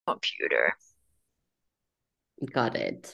Computer. Got it.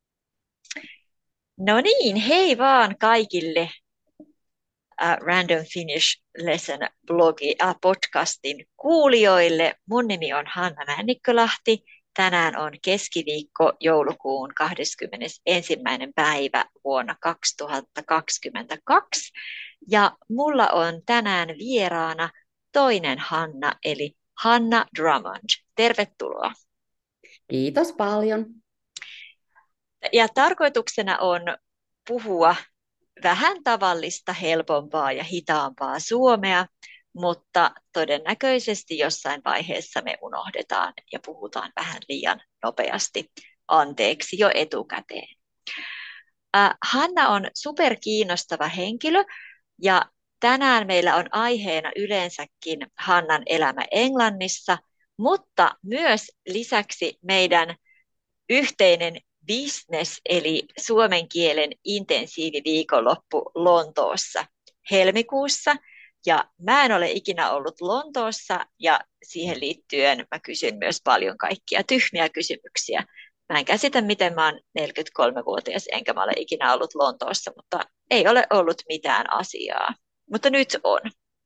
No niin, hei vaan kaikille Random Finnish Lesson podcastin kuulijoille. Mun nimi on Hanna Männikkölahti. Tänään on keskiviikko joulukuun 21. päivä vuonna 2022. Ja mulla on tänään vieraana toinen Hanna, eli Hanna Drummond. Tervetuloa. Kiitos paljon. Ja tarkoituksena on puhua vähän tavallista, helpompaa ja hitaampaa suomea, mutta todennäköisesti jossain vaiheessa me unohdetaan ja puhutaan vähän liian nopeasti. Anteeksi jo etukäteen. Hanna on superkiinnostava henkilö ja tänään meillä on aiheena yleensäkin Hannan elämä Englannissa, mutta myös lisäksi meidän yhteinen business eli suomen kielen intensiiviviikonloppu Lontoossa helmikuussa. Ja mä en ole ikinä ollut Lontoossa ja siihen liittyen mä kysyn myös paljon kaikkia tyhmiä kysymyksiä. Mä en käsitä, miten mä oon 43-vuotias, enkä mä ole ikinä ollut Lontoossa, mutta ei ole ollut mitään asiaa. Mutta nyt on.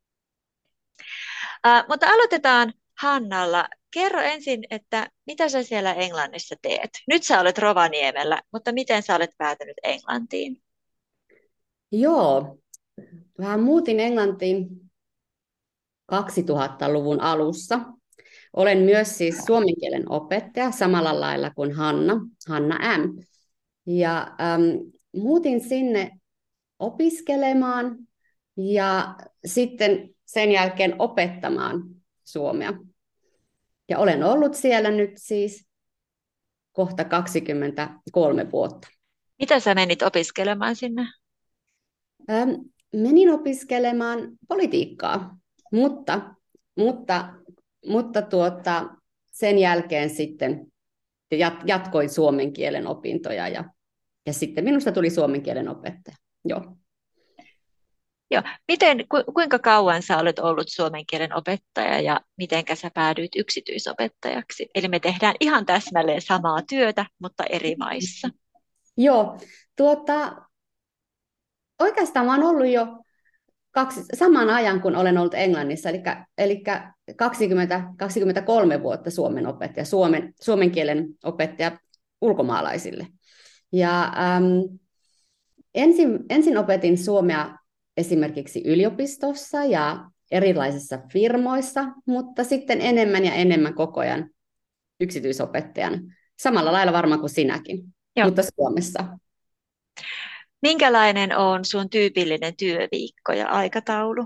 Mutta aloitetaan Hannalla. Kerro ensin, että mitä sä siellä Englannissa teet? Nyt sä olet Rovaniemellä, mutta miten sä olet päätynyt Englantiin? Joo, vähän muutin Englantiin 2000-luvun alussa. Olen myös siis suomen kielen opettaja samalla lailla kuin Hanna M. Ja muutin sinne opiskelemaan ja sitten sen jälkeen opettamaan suomea. Ja olen ollut siellä nyt siis kohta 23 vuotta. Mitä sä menit opiskelemaan sinne? Ähm, Menin opiskelemaan politiikkaa, mutta, mutta, mutta sen jälkeen sitten jatkoin suomen kielen opintoja ja sitten minusta tuli suomen kielen opettaja. Joo. Joo. Kuinka kauan sä olet ollut suomen kielen opettaja ja mitenkä sä päädyit yksityisopettajaksi? Eli me tehdään ihan täsmälleen samaa työtä, mutta eri maissa. Joo, oikeastaan mä oon ollut jo saman ajan, kun olen ollut Englannissa, eli 23 vuotta Suomen opettaja, suomen kielen opettaja ulkomaalaisille. Ja ensin opetin suomea esimerkiksi yliopistossa ja erilaisissa firmoissa, mutta sitten enemmän ja enemmän koko ajan yksityisopettajana. Samalla lailla varmaan kuin sinäkin, Joo. mutta Suomessa. Minkälainen on sun tyypillinen työviikko ja aikataulu?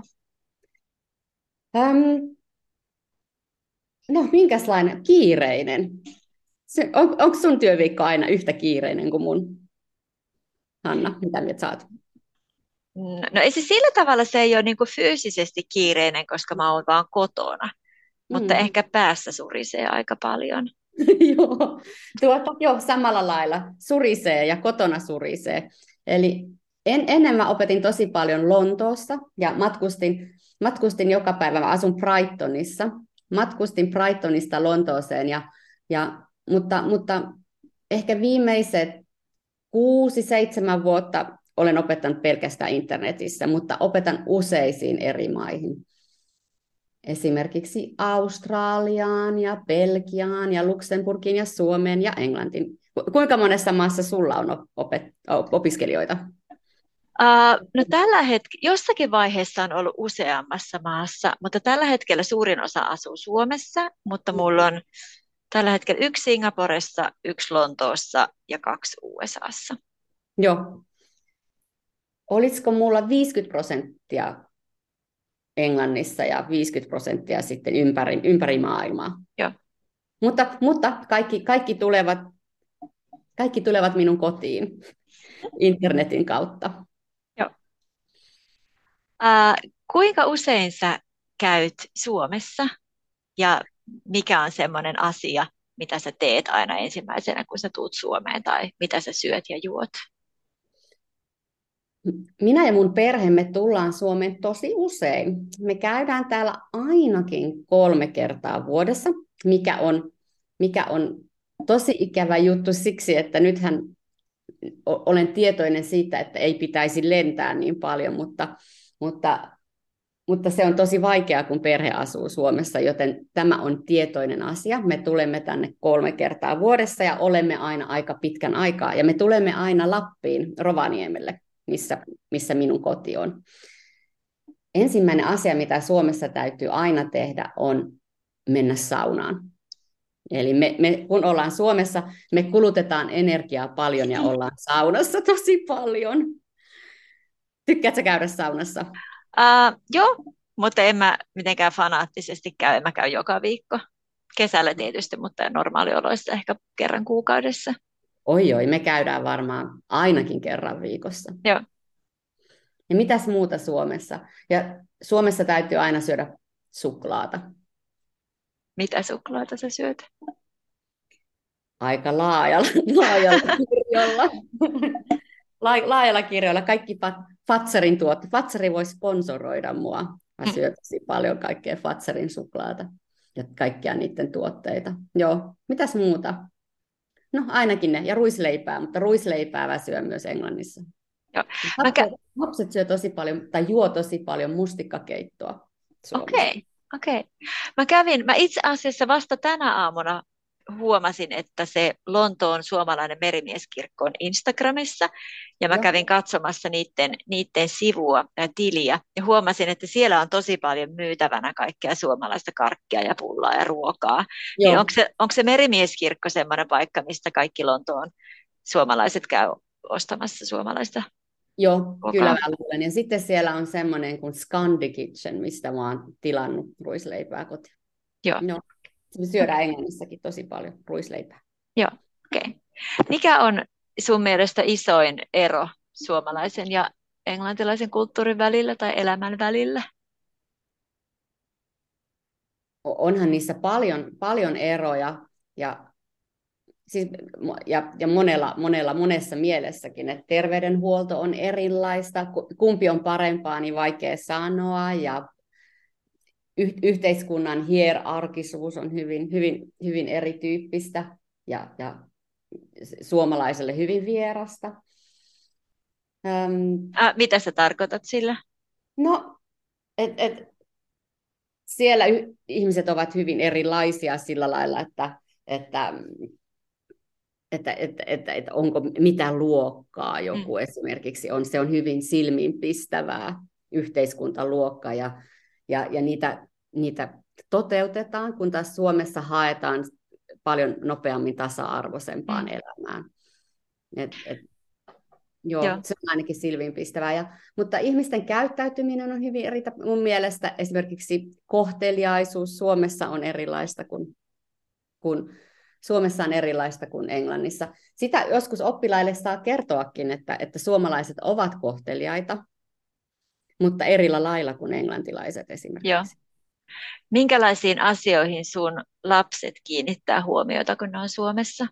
Öm, no, minkälainen? Kiireinen. Onko sun työviikko aina yhtä kiireinen kuin mun? Hanna, mitä mieltä saat? No ei se sillä tavalla se ei ole niin kuin fyysisesti kiireinen, koska mä oon vaan kotona, mutta Mm. ehkä päässä surisee aika paljon. Joo, joo, samalla lailla surisee ja kotona surisee. Eli ennen mä opetin tosi paljon Lontoossa ja matkustin joka päivä. Mä asun Brightonissa. Matkustin Brightonista Lontooseen, mutta ehkä viimeiset 6-7 vuotta olen opettanut pelkästään internetissä, mutta opetan useisiin eri maihin. Esimerkiksi Australiaan ja Belgiaan ja Luxemburgiin ja Suomeen ja Englantiin. Kuinka monessa maassa sulla on opiskelijoita? No jossakin vaiheessa on ollut useammassa maassa, mutta tällä hetkellä suurin osa asuu Suomessa, mutta mulla on tällä hetkellä yksi Singaporessa, yksi Lontoossa ja kaksi USAssa. Joo. Olisiko mulla 50% Englannissa ja 50% sitten ympäri maailmaa? Joo. Mutta kaikki tulevat minun kotiin internetin kautta. Joo. Kuinka usein sä käyt Suomessa ja mikä on semmoinen asia, mitä sä teet aina ensimmäisenä, kun sä tuut Suomeen tai mitä sä syöt ja juot? Minä ja mun perheemme tullaan Suomeen tosi usein. Me käydään täällä ainakin 3 kertaa vuodessa, mikä on mikä on tosi ikävä juttu siksi, että nythän olen tietoinen siitä, että ei pitäisi lentää niin paljon, mutta, mutta se on tosi vaikeaa, kun perhe asuu Suomessa, joten tämä on tietoinen asia. Me tulemme tänne 3 kertaa vuodessa ja olemme aina aika pitkän aikaa. Ja me tulemme aina Lappiin, Rovaniemelle, missä minun koti on. Ensimmäinen asia, mitä Suomessa täytyy aina tehdä, on mennä saunaan. Eli kun ollaan Suomessa, me kulutetaan energiaa paljon ja ollaan saunassa tosi paljon. Tykkäätkö käydä saunassa? Joo, mutta en mä mitenkään fanaattisesti käy. Mä käyn joka viikko. Kesällä tietysti, mutta normaalioloissa ehkä kerran kuukaudessa. Oi, me käydään varmaan ainakin kerran viikossa. Joo. Ja mitäs muuta Suomessa? Ja Suomessa täytyy aina syödä suklaata. Mitä suklaata sä syöt? Aika laajalla kirjolla. Laajalla kirjoilla. Kaikki Fatsarin tuotteet. Fatsari voi sponsoroida mua. Mä syön tosi paljon kaikkea Fatsarin suklaata ja kaikkia niiden tuotteita. Joo, mitäs muuta? No ainakin ne. Ja ruisleipää, mutta ruisleipää mä syön myös Englannissa. Joo. Lapset syö tosi paljon, tai juo tosi paljon mustikkakeittoa Suomessa. Okei. Mä itse asiassa vasta tänä aamuna huomasin, että se Lontoon suomalainen merimieskirkko on Instagramissa, ja mä kävin katsomassa niiden sivua ja tiliä, ja huomasin, että siellä on tosi paljon myytävänä kaikkea suomalaista karkkia ja pullaa ja ruokaa. Niin onko se merimieskirkko semmoinen paikka, mistä kaikki Lontoon suomalaiset käy ostamassa suomalaista? Joo, kyllä mä luulen. Ja sitten siellä on semmoinen kuin Scandi Kitchen, mistä mä oon tilannut ruisleipää kotiin. Joo. No, me syödään Englannissakin tosi paljon ruisleipää. Joo, okei. Mikä on sun mielestä isoin ero suomalaisen ja englantilaisen kulttuurin välillä tai elämän välillä? Onhan niissä paljon eroja ja monessa mielessäkin, että terveydenhuolto on erilaista, kumpi on parempaa, niin vaikea sanoa, ja yhteiskunnan hierarkisuus on hyvin erityyppistä ja suomalaiselle hyvin vierasta. Mitä sä tarkoitat sillä? No, siellä ihmiset ovat hyvin erilaisia sillä lailla, että onko mitä luokkaa joku esimerkiksi on. Se on hyvin silmiinpistävää yhteiskuntaluokkaa ja niitä toteutetaan, kun taas Suomessa haetaan paljon nopeammin tasa-arvoisempaan elämään. Joo, se on ainakin silmiinpistävää. Mutta ihmisten käyttäytyminen on hyvin eri. Mun mielestä esimerkiksi kohteliaisuus Suomessa on erilaista Suomessa on erilaista kuin Englannissa. Sitä joskus oppilaille saa kertoakin, että suomalaiset ovat kohteliaita, mutta eri lailla kuin englantilaiset esimerkiksi. Joo. Minkälaisiin asioihin sun lapset kiinnittää huomiota, kun ne on Suomessa?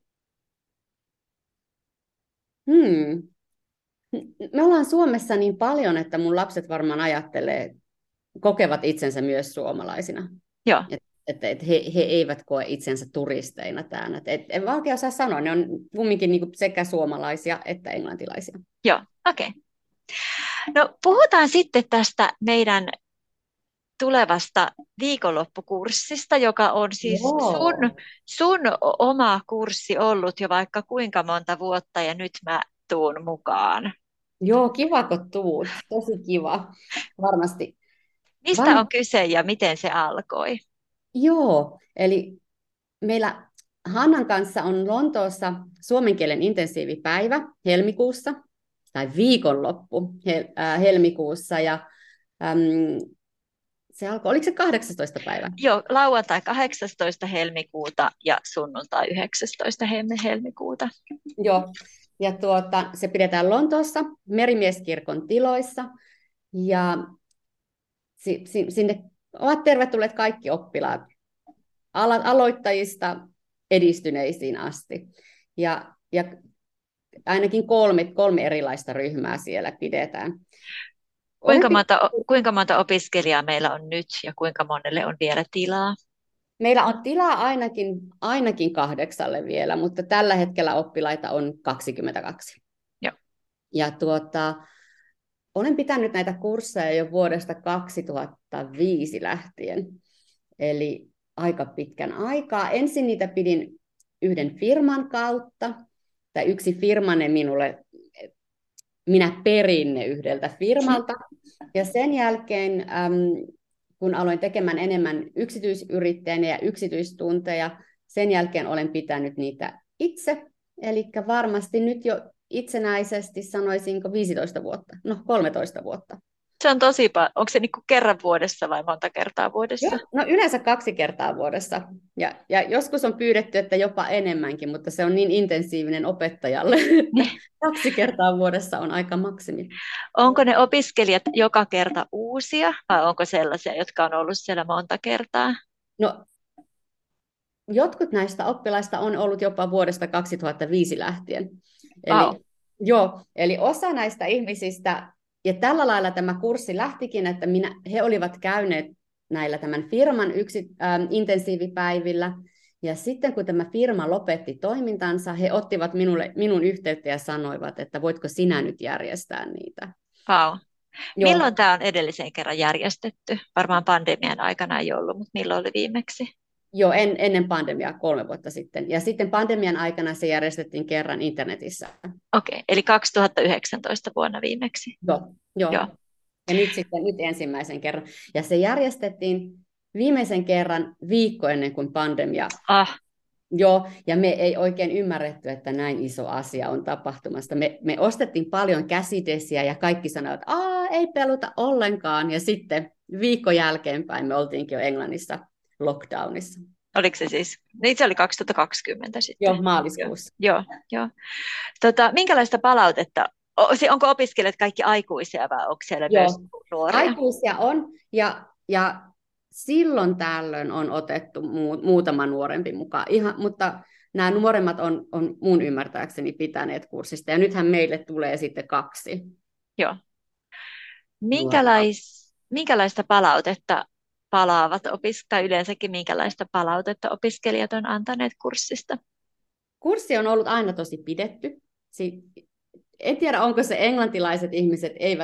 Me ollaan Suomessa niin paljon, että mun lapset varmaan kokevat itsensä myös suomalaisina. Joo. Että he eivät koe itsensä turisteina täällä. En vaan oikein osaa sanoa, ne on kumminkin niin sekä suomalaisia että englantilaisia. Joo, okei. No puhutaan sitten tästä meidän tulevasta viikonloppukurssista, joka on siis sun oma kurssi ollut jo vaikka kuinka monta vuotta, ja nyt mä tuun mukaan. Joo, kiva kun tuut. Tosi kiva. Varmasti. Mistä on kyse ja miten se alkoi? Joo, eli meillä Hannan kanssa on Lontoossa suomen kielen intensiivipäivä helmikuussa, tai viikonloppu helmikuussa, ja se alkoi, oliko se 18. päivä? Joo, lauantai 18. helmikuuta ja sunnuntai 19. helmikuuta. Joo, ja se pidetään Lontoossa Merimieskirkon tiloissa, ja sinne ovat tervetulleet kaikki oppilaat, aloittajista edistyneisiin asti. Ja ainakin kolme erilaista ryhmää siellä pidetään. Kuinka monta opiskelijaa meillä on nyt ja kuinka monelle on vielä tilaa? Meillä on tilaa ainakin 8 vielä, mutta tällä hetkellä oppilaita on 22. Joo. Ja olen pitänyt näitä kursseja jo vuodesta 2005 lähtien, eli aika pitkän aikaa. Ensin niitä pidin yhden firman kautta, tai yksi firma ne minulle, minä perin ne yhdeltä firmalta, ja sen jälkeen, kun aloin tekemään enemmän yksityisyrittäjänä ja yksityistunteja, sen jälkeen olen pitänyt niitä itse, eli varmasti nyt jo itsenäisesti sanoisinko 15 vuotta, no 13 vuotta. Se on tosi paljon. Onko se niin kuin kerran vuodessa vai monta kertaa vuodessa? Joo, no yleensä 2 kertaa vuodessa. Ja joskus on pyydetty, että jopa enemmänkin, mutta se on niin intensiivinen opettajalle, että 2 kertaa vuodessa on aika maksimi. Onko ne opiskelijat joka kerta uusia vai onko sellaisia, jotka on ollut siellä monta kertaa? No, jotkut näistä oppilaista on ollut jopa vuodesta 2005 lähtien. Wow. Eli osa näistä ihmisistä, ja tällä lailla tämä kurssi lähtikin, että he olivat käyneet näillä tämän firman intensiivipäivillä, ja sitten kun tämä firma lopetti toimintansa, he ottivat minun yhteyttä ja sanoivat, että voitko sinä nyt järjestää niitä. Wow. Milloin tämä on edellisen kerran järjestetty? Varmaan pandemian aikana ei ollut, mutta milloin oli viimeksi? Joo, ennen pandemiaa 3 vuotta sitten. Ja sitten pandemian aikana se järjestettiin kerran internetissä. Okei, eli 2019 vuonna viimeksi. Joo. Ja nyt ensimmäisen kerran. Ja se järjestettiin viimeisen kerran viikko ennen kuin pandemia. Joo, ja me ei oikein ymmärretty, että näin iso asia on tapahtumassa. Me ostettiin paljon käsidesiä ja kaikki sanoivat, että ei peluta ollenkaan. Ja sitten viikko jälkeenpäin me oltiinkin jo Englannissa lockdownissa. Oliko se siis? Niin se oli 2020 sitten. Joo, maaliskuussa. Joo. Minkälaista palautetta? Onko opiskelijat kaikki aikuisia vai onko siellä myös nuoria? Aikuisia on ja silloin tällöin on otettu muutama nuorempi mukaan. Mutta nämä nuoremmat on mun ymmärtääkseni pitäneet kurssista ja nythän meille tulee sitten 2. Joo. Minkälaista palautetta palaavat tai yleensäkin minkälaista palautetta opiskelijat on antaneet kurssista? Kurssi on ollut aina tosi pidetty. En tiedä, onko se englantilaiset ihmiset eivät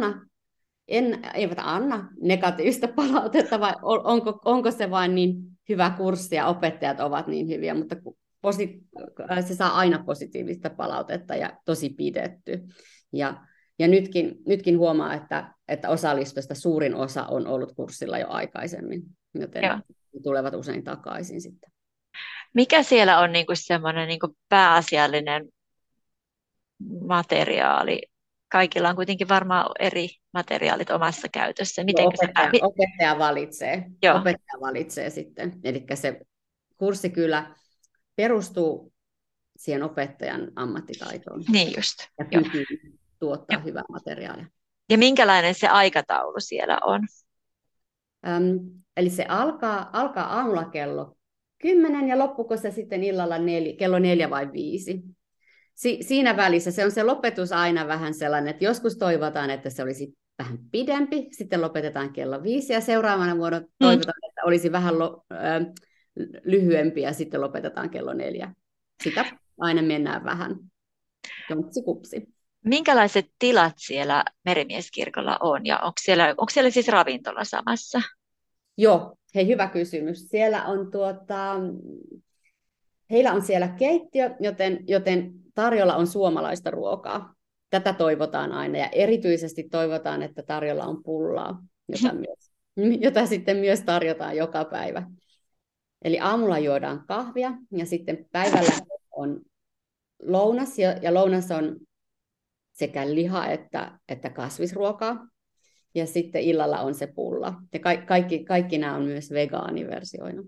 anna negatiivista palautetta vai onko se vain niin hyvä kurssi ja opettajat ovat niin hyviä, mutta se saa aina positiivista palautetta ja tosi pidetty. Ja nytkin huomaa, että osallistujista suurin osa on ollut kurssilla jo aikaisemmin, joten tulevat usein takaisin sitten. Mikä siellä on niinku semmoinen niinku pääasiallinen materiaali? Kaikilla on kuitenkin varmaan eri materiaalit omassa käytössä. Opettaja valitsee. Opettaja valitsee sitten. Eli se kurssi kyllä perustuu siihen opettajan ammattitaitoon. Niin just. Ja kykyyn tuottaa hyvää materiaalia. Ja minkälainen se aikataulu siellä on? Eli se alkaa aamulla kello 10 ja loppuko se sitten illalla kello 4 vai 5. Siinä välissä se on se lopetus aina vähän sellainen, että joskus toivotaan, että se olisi vähän pidempi, sitten lopetetaan kello 5 ja seuraavana vuonna toivotaan, että olisi vähän lyhyempi ja sitten lopetetaan kello 4. Sitä aina mennään vähän. Kupsi. Minkälaiset tilat siellä Merimieskirkolla on ja onko siellä siis ravintola samassa? Joo, hei, hyvä kysymys. Siellä on heillä on siellä keittiö, joten tarjolla on suomalaista ruokaa. Tätä toivotaan aina ja erityisesti toivotaan, että tarjolla on pullaa, jota sitten myös tarjotaan joka päivä. Eli aamulla juodaan kahvia ja sitten päivällä on lounas ja lounas on sekä liha että kasvisruokaa. Ja sitten illalla on se pulla. Ja kaikki nämä on myös vegaaniversioina.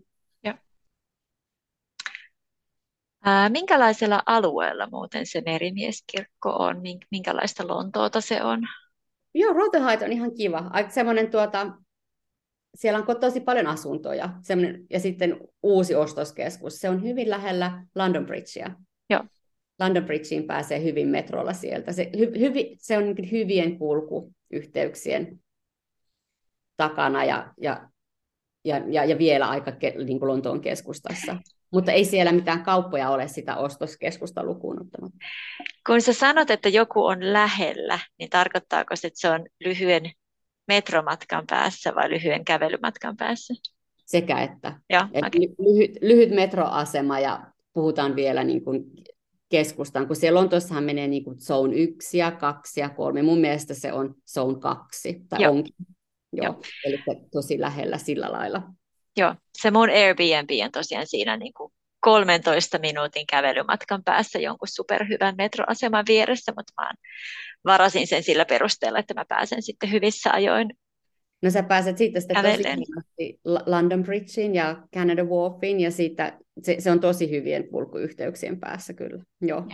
Minkälaisella alueella muuten se Merimieskirkko on? Minkälaista Lontoota se on? Joo, Rotherhithe on ihan kiva. Semmoinen siellä on tosi paljon asuntoja. Ja sitten uusi ostoskeskus. Se on hyvin lähellä London Bridgea. Joo. London Bridgeen pääsee hyvin metrolla sieltä. Se on hyvien kulkuyhteyksien takana ja ja vielä aika niin kuin Lontoon keskustassa. Mutta ei siellä mitään kauppoja ole sitä ostoskeskusta lukuun ottamatta. Kun sä sanot, että joku on lähellä, niin tarkoittaako se, että se on lyhyen metromatkan päässä vai lyhyen kävelymatkan päässä? Sekä että. Joo, okay. Lyhyt metroasema ja puhutaan vielä niin kuin keskustaan, kun siellä Lontoossahan menee niin kuin zone 1 ja 2 ja 3. Mun mielestä se on zone 2, tai Joo. onkin. Joo. Joo. Eli tosi lähellä sillä lailla. Joo, se mun Airbnb on tosiaan siinä niin kuin 13 minuutin kävelymatkan päässä jonkun superhyvän metroaseman vieressä, mutta mä varasin sen sillä perusteella, että mä pääsen sitten hyvissä ajoin No sä pääset siitä sitten tosi kävellen. hienosti London Bridgein ja Canada Wharfiin, ja siitä, se on tosi hyvien kulkuyhteyksien päässä kyllä. Joo.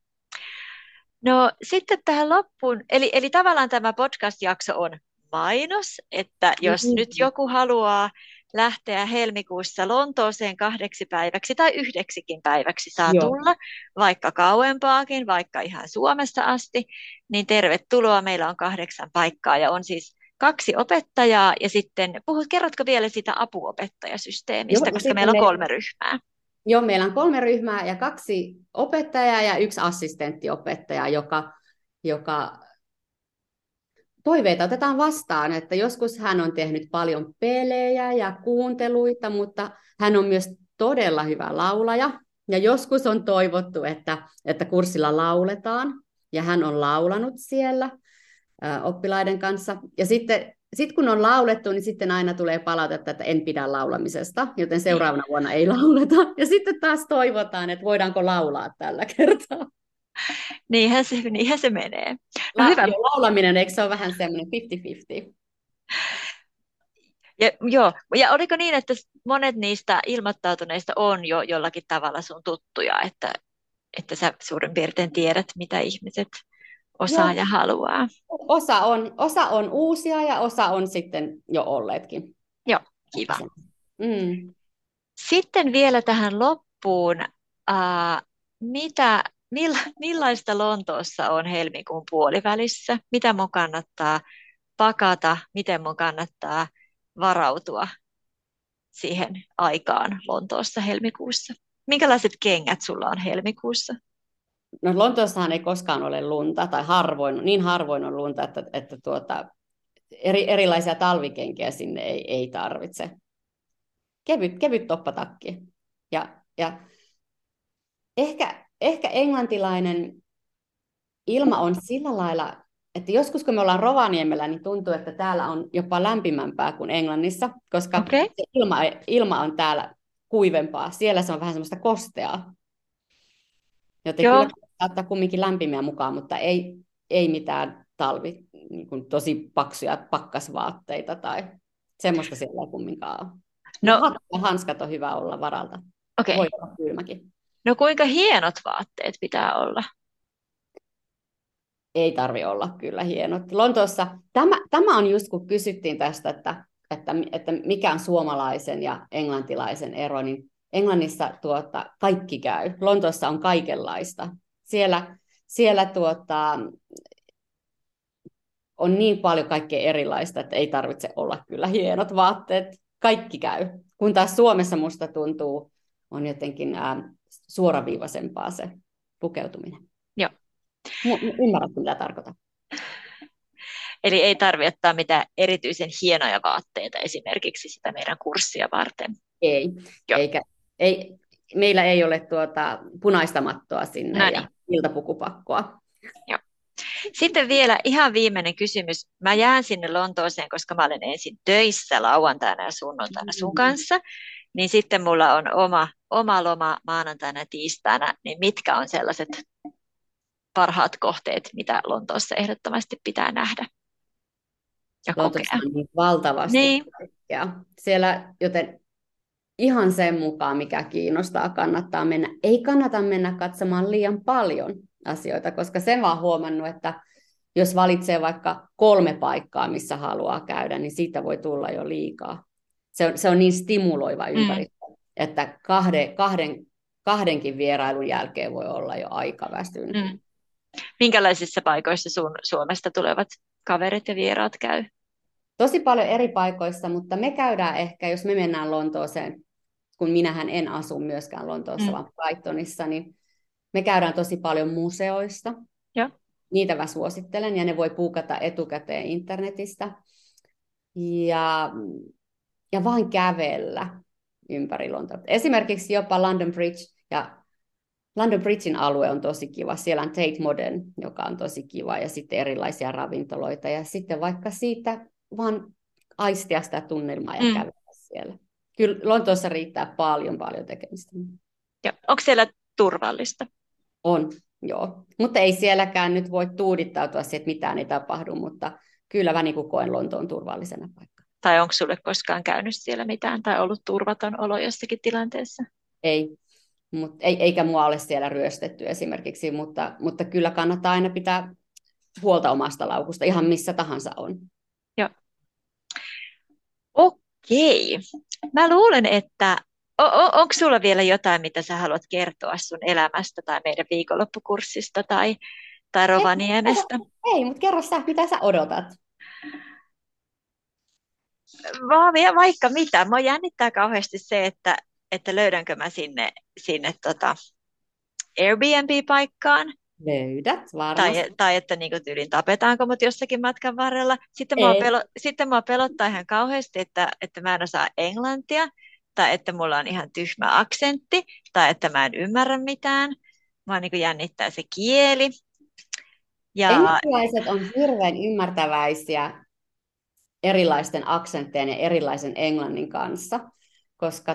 No sitten tähän loppuun, eli tavallaan tämä podcast-jakso on mainos, että jos nyt joku haluaa lähteä helmikuussa Lontooseen 2 päiväksi tai 1 päiväksi saa Joo. tulla, vaikka kauempaakin, vaikka ihan Suomesta asti, niin tervetuloa. Meillä on 8 paikkaa ja on siis 2 opettajaa ja sitten, kerrotko vielä siitä apuopettajasysteemistä, Joo, koska meillä on 3 ryhmää. Joo, meillä on 3 ryhmää ja 2 opettajaa ja 1 assistenttiopettaja, joka toiveita otetaan vastaan, että joskus hän on tehnyt paljon pelejä ja kuunteluita, mutta hän on myös todella hyvä laulaja. Ja joskus on toivottu, että kurssilla lauletaan, ja hän on laulanut siellä oppilaiden kanssa. Ja sitten kun on laulettu, niin sitten aina tulee palautetta, että en pidä laulamisesta, joten seuraavana vuonna ei lauleta. Ja sitten taas toivotaan, että voidaanko laulaa tällä kertaa. Niinhän se menee. No hyvä. Laulaminen, eikö se ole vähän semmoinen 50-50? Ja oliko niin, että monet niistä ilmoittautuneista on jo jollakin tavalla sun tuttuja, että sä suurin piirtein tiedät, mitä ihmiset osaa ja haluaa? Osa on uusia ja osa on sitten jo olleetkin. Joo, kiva. Sitten vielä tähän loppuun, millaista Lontoossa on helmikuun puolivälissä? Mitä mun kannattaa pakata? Miten mun kannattaa varautua siihen aikaan Lontoossa helmikuussa? Minkälaiset kengät sulla on helmikuussa? No Lontoossahan ei koskaan ole lunta, tai niin harvoin on lunta, että erilaisia talvikenkiä sinne ei tarvitse. Kevyt toppatakki. Ja ehkä englantilainen ilma on sillä lailla, että joskus kun me ollaan Rovaniemellä, niin tuntuu, että täällä on jopa lämpimämpää kuin Englannissa, koska se ilma on täällä kuivempaa. Siellä se on vähän semmoista kosteaa. Joten kyllä saattaa kumminkin lämpimiä mukaan, mutta ei mitään niin kuin tosi paksuja pakkasvaatteita tai semmoista siellä ei kumminkaan ole. No, hanskat on hyvä olla varalta. Okay. Voi olla kylmäkin. No kuinka hienot vaatteet pitää olla? Ei tarvi olla kyllä hienot. Lontoossa, tämä on just kun kysyttiin tästä, että mikä on suomalaisen ja englantilaisen ero, niin Englannissa kaikki käy. Lontoossa on kaikenlaista. Siellä on niin paljon kaikkea erilaista, että ei tarvitse olla kyllä hienot vaatteet. Kaikki käy. Kun taas Suomessa musta tuntuu, on jotenkin suoraviivaisempaa se pukeutuminen. Joo. Ymmärrätkö, mitä tarkoitan? Eli ei tarvitse ottaa mitään erityisen hienoja vaatteita esimerkiksi sitä meidän kurssia varten. Ei, meillä ei ole punaista mattoa sinne ja iltapukupakkoa. Joo. Sitten vielä ihan viimeinen kysymys. Mä jään sinne Lontooseen, koska mä olen ensin töissä lauantaina ja sunnuntaina sun kanssa. Niin sitten mulla on oma loma maanantaina ja tiistaina. Niin mitkä on sellaiset parhaat kohteet, mitä Lontoossa ehdottomasti pitää nähdä ja Lontoossa kokea? on niin valtavasti. Niin. Siellä, joten ihan sen mukaan, mikä kiinnostaa, kannattaa mennä. Ei kannata mennä katsomaan liian paljon asioita, koska sen vaan huomannut, että jos valitsee vaikka 3 paikkaa, missä haluaa käydä, niin siitä voi tulla jo liikaa. Se on niin stimuloiva ympäristö, että kahdenkin vierailun jälkeen voi olla jo aika väsynyt. Minkälaisissa paikoissa sun Suomesta tulevat kaverit ja vieraat käy? tosi paljon eri paikoissa, mutta me käydään ehkä, jos me mennään Lontooseen, kun minähän en asu myöskään Lontoossa, Mm. vaan Brightonissa, niin me käydään tosi paljon museoista. Joo. Niitä mä suosittelen, ja ne voi puukata etukäteen internetistä. Ja, ja vaan kävellä ympäri Lontoota. Esimerkiksi jopa London Bridge ja London Bridgein alue on tosi kiva. Siellä on Tate Modern, joka on tosi kiva, ja sitten erilaisia ravintoloita. Ja sitten vaikka siitä vaan aistia sitä tunnelmaa ja Mm. kävellä siellä. Kyllä Lontoossa riittää paljon tekemistä. Ja onko siellä turvallista? On, joo. Mutta ei sielläkään nyt voi tuudittautua siihen, että mitään ei tapahdu, mutta kyllä mä niin kuin koen Lontoon turvallisena paikkana. Tai onko sulle koskaan käynyt siellä mitään tai ollut turvaton olo jossakin tilanteessa? Ei, eikä mua ole siellä ryöstetty esimerkiksi, mutta kyllä kannattaa aina pitää huolta omasta laukusta, ihan missä tahansa on. Joo. Okei. Mä luulen, että onko sulla vielä jotain, mitä sä haluat kertoa sun elämästä tai meidän viikonloppukurssista tai Rovaniemestä? Ei, mutta kerro sä, mitä sä odotat? Vaan vielä vaikka mitä. Mua jännittää kauheasti se, että löydänkö mä sinne Airbnb-paikkaan. Löydät varmasti. Tai että niin tyylin tapetaanko mut jossakin matkan varrella. Ei. Sitten mua pelottaa ihan kauheasti, että mä en osaa englantia, tai että mulla on ihan tyhmä aksentti, tai että mä en ymmärrä mitään. Mua niin jännittää se kieli. Ja Englantilaiset on hirveän ymmärtäväisiä erilaisten aksenttien ja erilaisen englannin kanssa, koska,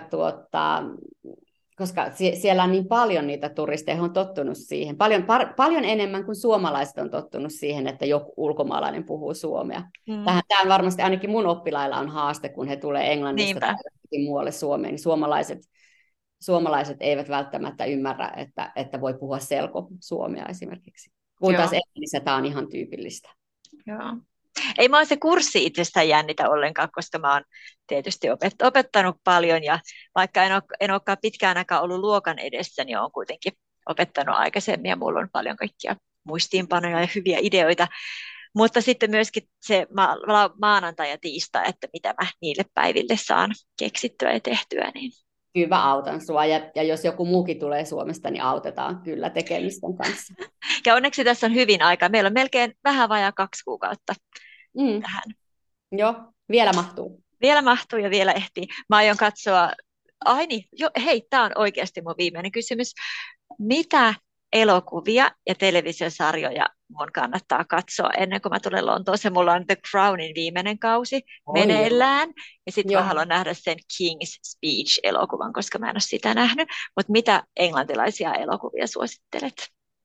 koska siellä on niin paljon niitä turisteja, he on tottunut siihen. Paljon enemmän kuin suomalaiset on tottunut siihen, että joku ulkomaalainen puhuu suomea. Tämä varmasti ainakin mun oppilailla on haaste, kun he tulee Englannista niinpä. tai muualle Suomeen, niin suomalaiset eivät välttämättä ymmärrä, että voi puhua selko-suomea esimerkiksi. Kun taas Englannissa tämä on ihan tyypillistä. Joo. Ei mua se kurssi itsestään jännitä ollenkaan, koska mä oon tietysti opettanut paljon ja vaikka en olekaan pitkään aikaa ollut luokan edessä, niin olen kuitenkin opettanut aikaisemmin ja mulla on paljon kaikkia muistiinpanoja ja hyviä ideoita. Mutta sitten myöskin se maanantai ja tiistai, että mitä mä niille päiville saan keksittyä ja tehtyä. Niin. Kyllä autan sua ja jos joku muukin tulee Suomesta, niin autetaan kyllä tekemisten kanssa. Ja onneksi tässä on hyvin aikaa. Meillä on melkein vähän vajaa 2 kuukautta tähän. Joo, vielä mahtuu. Vielä mahtuu ja vielä ehtii. Mä aion katsoa, hei, tämä on oikeasti mun viimeinen kysymys. Mitä elokuvia ja televisiosarjoja mun kannattaa katsoa ennen kuin mä tulen Lontooseen? Mulla on The Crownin viimeinen kausi meneillään. Ja sitten mä haluan nähdä sen King's Speech-elokuvan, koska mä en ole sitä nähnyt. Mutta mitä englantilaisia elokuvia suosittelet?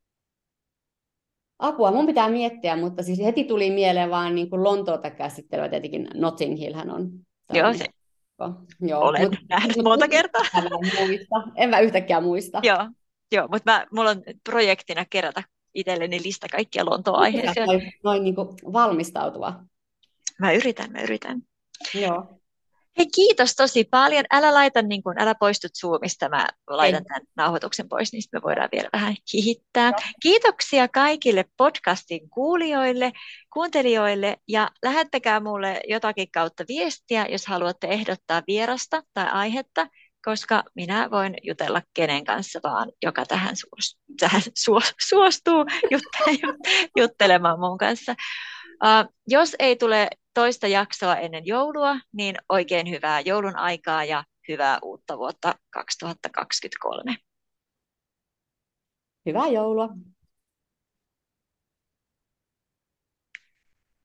Apua, mun pitää miettiä, mutta siis heti tuli mieleen vaan niin kuin Lontoota käsittelevä, tietenkin Notting Hillhän on. Joo, se. Joo, olen nähnyt monta kertaa. En mä yhtäkkiä muista. Joo, mutta mulla on projektina kerätä itselleni lista kaikkia Lontoa-aiheisia. Noin niin kuin valmistautua. Mä yritän. Joo. Hei, kiitos tosi paljon. Älä poistut Zoomista. Mä laitan tämän nauhoituksen pois, niin me voidaan vielä vähän hihittää. Joo. Kiitoksia kaikille podcastin kuuntelijoille ja lähettäkää mulle jotakin kautta viestiä, jos haluatte ehdottaa vierasta tai aihetta, koska minä voin jutella kenen kanssa vaan, joka tähän suostuu juttelemaan mun kanssa. Jos ei tule toista jaksoa ennen joulua, niin oikein hyvää joulun aikaa ja hyvää uutta vuotta 2023. Hyvää joulua!